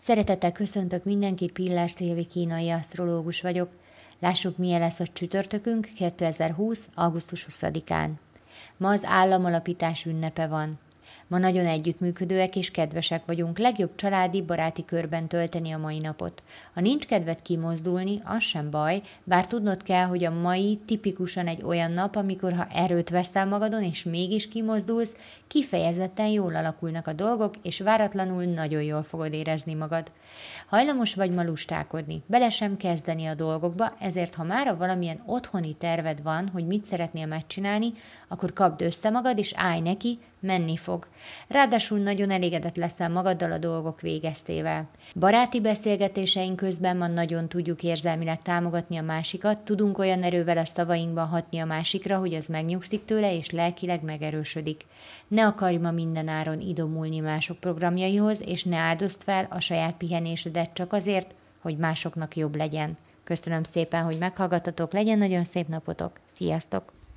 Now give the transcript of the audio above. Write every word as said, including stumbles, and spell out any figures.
Szeretettel köszöntök mindenkit, Pillár Szilvi kínai asztrológus vagyok. Lássuk, milyen lesz a csütörtökünk kétezer-húsz. augusztus huszadikán. Ma az államalapítás ünnepe van. Ma nagyon együttműködőek és kedvesek vagyunk, legjobb családi, baráti körben tölteni a mai napot. Ha nincs kedved kimozdulni, az sem baj, bár tudnod kell, hogy a mai tipikusan egy olyan nap, amikor ha erőt veszel magadon és mégis kimozdulsz, kifejezetten jól alakulnak a dolgok, és váratlanul nagyon jól fogod érezni magad. Hajlamos vagy ma lustálkodni, bele sem kezdeni a dolgokba, ezért ha mára valamilyen otthoni terved van, hogy mit szeretnél megcsinálni, akkor kapd össze magad és állj neki, menni fog. Ráadásul nagyon elégedett leszel magaddal a dolgok végeztével. Baráti beszélgetéseink közben ma nagyon tudjuk érzelmileg támogatni a másikat, tudunk olyan erővel a szavainkban hatni a másikra, hogy az megnyugszik tőle és lelkileg megerősödik. Ne akarj ma mindenáron idomulni mások programjaihoz, és ne áldozd fel a saját pihenésedet csak azért, hogy másoknak jobb legyen. Köszönöm szépen, hogy meghallgattatok, legyen nagyon szép napotok, sziasztok!